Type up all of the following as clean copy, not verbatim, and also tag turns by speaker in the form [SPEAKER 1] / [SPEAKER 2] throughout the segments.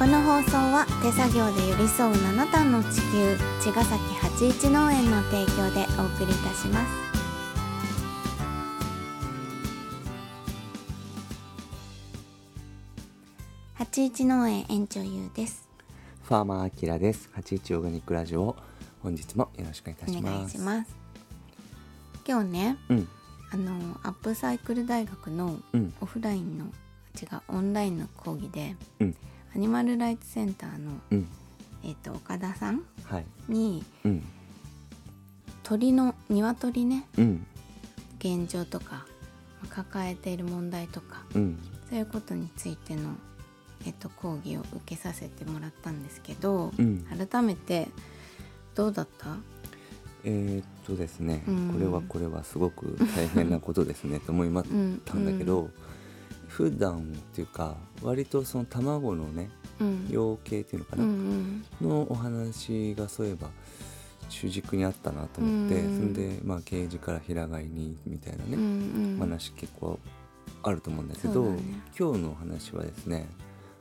[SPEAKER 1] の放送は手作業で寄り添う7段の地球茅ヶ崎八一農園の提供でお送りいたします。八一農園園長ゆうです。
[SPEAKER 2] ファーマーアキラです。81オーガニックラジオ、本日もよろしくお願いいたします。
[SPEAKER 1] お願いします。今日ね、アップサイクル大学のオフラインの、オンラインの講義で、アニマルライツセンターの、岡田さんに、鶏ね、現状とか抱えている問題とか、そういうことについての、講義を受けさせてもらったんですけど、改めてどうだった？
[SPEAKER 2] ですね、これはすごく大変なことですねと思いましたんだけど、普段っていうか割とその卵のね、養鶏っていうのかな、のお話がそういえば主軸にあったなと思って、それでケージから平飼いにみたいなね、話結構あると思うんだけど、今日のお話はですね、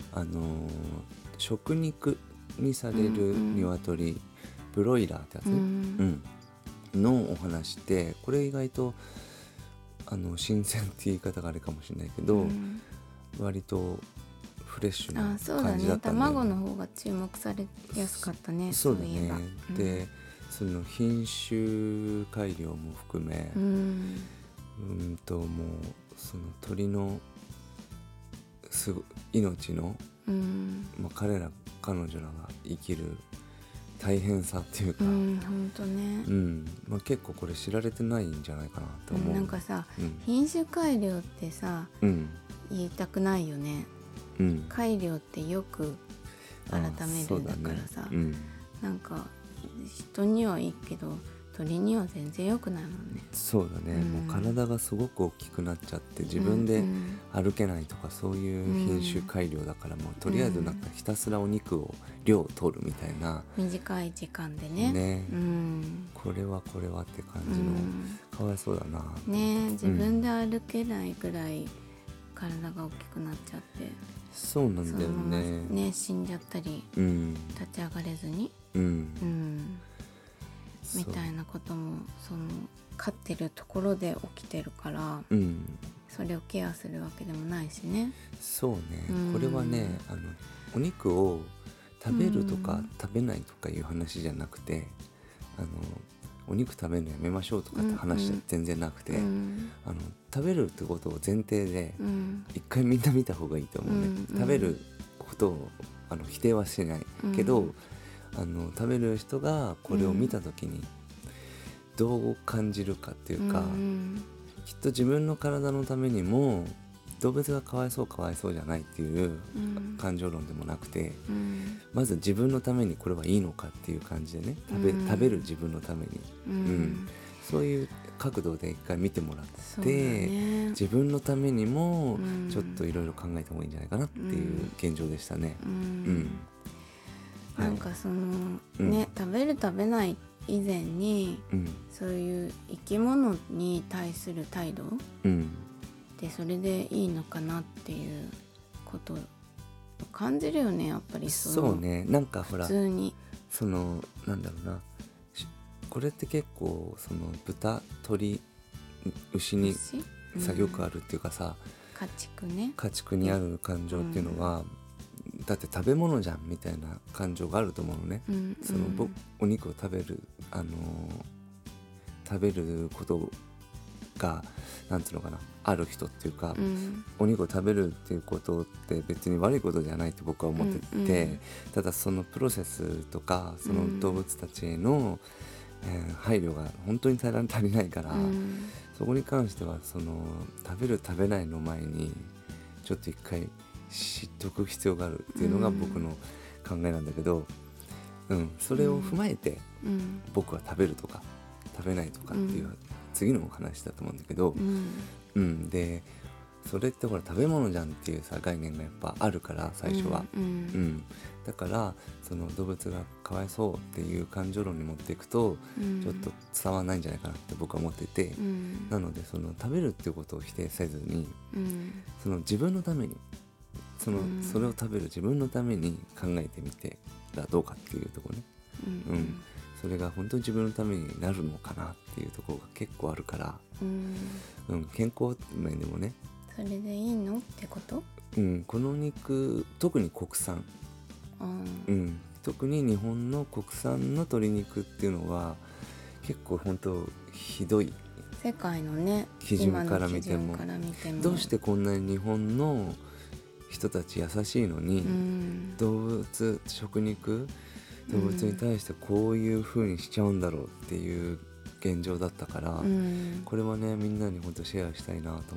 [SPEAKER 2] 食肉にされる鶏、ブロイラーってやつね、のお話で、これ意外と新鮮って言い方があれかもしれないけど、割とフレッシュな感じだったんで、
[SPEAKER 1] そうだね、卵の方が注目されやすかったね。
[SPEAKER 2] そうだね。で、その品種改良も含め、もうその鳥の命の、彼女らが生きる大変さっていうか、
[SPEAKER 1] 本当ね、
[SPEAKER 2] 結構これ知られてないんじゃないかなと思う。
[SPEAKER 1] なんかさ、品種改良ってさ、言いたくないよね。改良ってよく改めるだからさ、なんか人にはいいけど鳥には全然良くないもんね。
[SPEAKER 2] そうだね、もう体がすごく大きくなっちゃって自分で歩けないとか、そういう品種改良だから、もうとりあえずなんかひたすらお肉を量を取るみたいな、
[SPEAKER 1] 短い時間でね。
[SPEAKER 2] これはって感じの、かわいそうだな
[SPEAKER 1] ね。自分で歩けないぐらい体が大きくなっちゃって、
[SPEAKER 2] そうなんだよね。
[SPEAKER 1] ね、死んじゃったり、立ち上がれずに、みたいなこともその飼ってるところで起きてるから、それをケアするわけでもないしね。
[SPEAKER 2] そうね、これはね、お肉を食べるとか食べないとかいう話じゃなくて、お肉食べるのやめましょうとかって話じゃ全然なくて、食べるってことを前提で一回みんな見た方がいいと思うね。食べることを否定はしないけど、食べる人がこれを見た時にどう感じるかっていうか、きっと自分の体のためにも動物がかわいそうじゃないっていう感情論でもなくて、まず自分のためにこれはいいのかっていう感じでね、食べる自分のために、そういう角度で一回見てもらって、自分のためにもちょっといろいろ考えた方がいいんじゃないかなっていう現状でしたね。
[SPEAKER 1] なんかそのね、食べる食べない以前に、そういう生き物に対する態度、でそれでいいのかなっていうことを感じるよね、やっぱり。
[SPEAKER 2] そうね、なんかほら
[SPEAKER 1] 普通に
[SPEAKER 2] なんだろうな、これって結構その豚鶏牛にさ、よくあるっていうかさ、家畜にある感情っていうのは、だって食べ物じゃんみたいな感情があると思うのね。お肉を食べることがなんていうのかな、ある人っていうか、お肉を食べるっていうことって別に悪いことじゃないって僕は思ってて、ただそのプロセスとかその動物たちへの、配慮が本当に足りないから、そこに関してはその食べる食べないの前にちょっと一回知っておく必要があるっていうのが僕の考えなんだけど、それを踏まえて、僕は食べるとか食べないとかっていう、次のお話だと思うんだけど、でそれってほら食べ物じゃんっていうさ概念がやっぱあるから、最初は、だからその動物がかわいそうっていう感情論に持っていくと、ちょっと伝わらないんじゃないかなって僕は思っていて、なのでその食べるっていうことを否定せずに、その自分のためにそれを食べる自分のために考えてみてらどうかっていうところね、それが本当に自分のためになるのかなっていうところが結構あるから、健康面でもね、
[SPEAKER 1] それでいいのってこと？
[SPEAKER 2] この肉特に国産、特に日本の国産の鶏肉っていうのは結構本当ひどい、
[SPEAKER 1] 世界のね
[SPEAKER 2] 基準から見てもどうしてこんなに日本の人たち優しいのに、動物食肉動物に対してこういう風にしちゃうんだろうっていう現状だったから、これはねみんなに本当シェアしたいなと思って、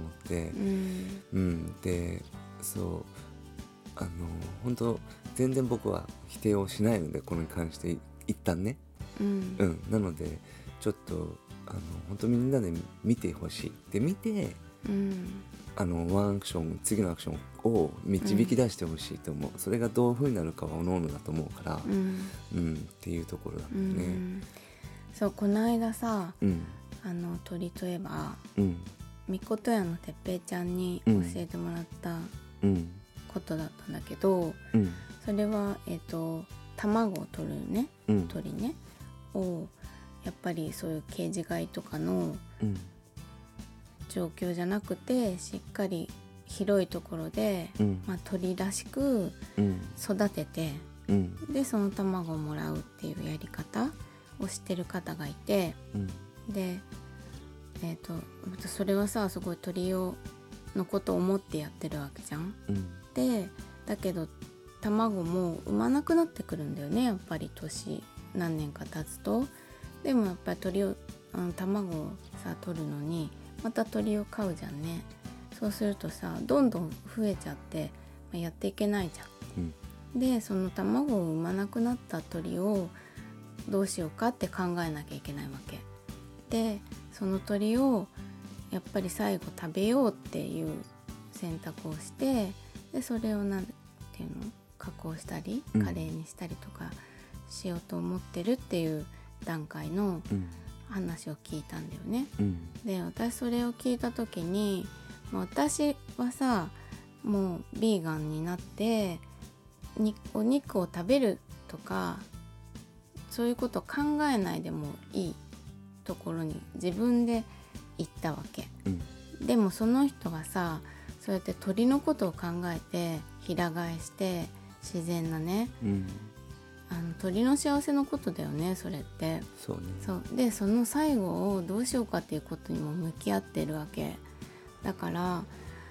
[SPEAKER 2] でそう本当全然僕は否定をしないので、これに関して一旦ね、なのでちょっと本当みんなで見てほしいで、見て、ワンアクション次のアクションを導き出してほしいと思う、それがどういう風になるかは各々だと思うから、っていうところだね、
[SPEAKER 1] そうこの間さ、鳥といえば、みことやのてっぺいちゃんに教えてもらったことだったんだけど、それは卵を取るね、鳥ねをやっぱりそういうケージ飼いとかの状況じゃなくて、しっかり広いところで、鳥らしく育てて、でその卵をもらうっていうやり方をしてる方がいて、でそれはさすごい鳥のことを思ってやってるわけじゃん、でだけど卵も産まなくなってくるんだよね、やっぱり年何年か経つと。でもやっぱり卵をさ取るのにまた鳥を飼うじゃんね。そうするとさどんどん増えちゃって、やっていけないじゃん、でその卵を産まなくなった鳥をどうしようかって考えなきゃいけないわけで、その鳥をやっぱり最後食べようっていう選択をして、でそれをなんていうの加工したりカレーにしたりとかしようと思ってるっていう段階の話を聞いたんだよね、で私それを聞いた時に、私はさもうビーガンになってお肉を食べるとかそういうことを考えないでもいいところに自分で行ったわけ、でもその人がさそうやって鳥のことを考えて平飼いして自然なね、鳥の幸せのことだよねそれって。
[SPEAKER 2] そうね。
[SPEAKER 1] そうでその最後をどうしようかっていうことにも向き合ってるわけだから、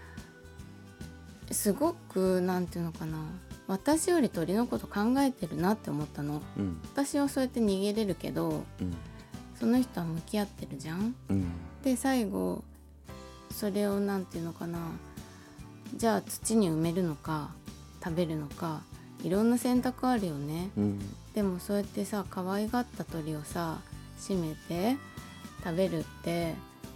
[SPEAKER 1] すごくなんていうのかな、私より鳥のこと考えてるなって思ったの、私はそうやって逃げれるけど、その人は向き合ってるじゃん、で最後それをなんていうのかな、じゃあ土に埋めるのか食べるのかいろんな選択あるよね、でもそうやってさ可愛がった鳥をさ締めて食べるって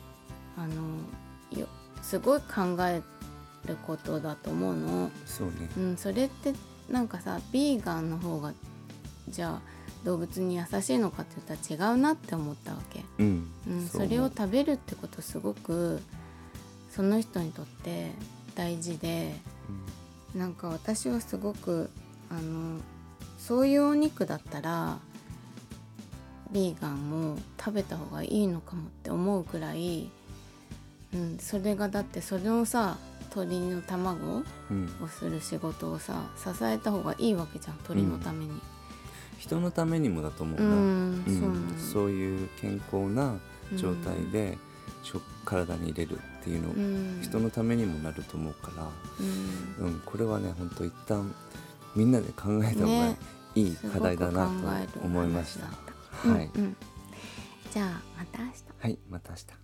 [SPEAKER 1] すごい考えることだと思うの。
[SPEAKER 2] そうね、
[SPEAKER 1] それってなんかさビーガンの方がじゃあ動物に優しいのかって言ったら違うなって思ったわけ、それを食べるってことすごくその人にとって大事で、なんか私はすごくそういうお肉だったらビーガンも食べた方がいいのかもって思うくらい、それがだってそれをさ鳥の卵をする仕事をさ支えた方がいいわけじゃん、鳥のために、
[SPEAKER 2] 人のためにもだと思うな、そういう健康な状態で、体に入れるっていうの、人のためにもなると思うから、これはね本当一旦みんなで考えた方がいい課題だなと思いました。はい、
[SPEAKER 1] じゃあまた明日。
[SPEAKER 2] はい、また明日。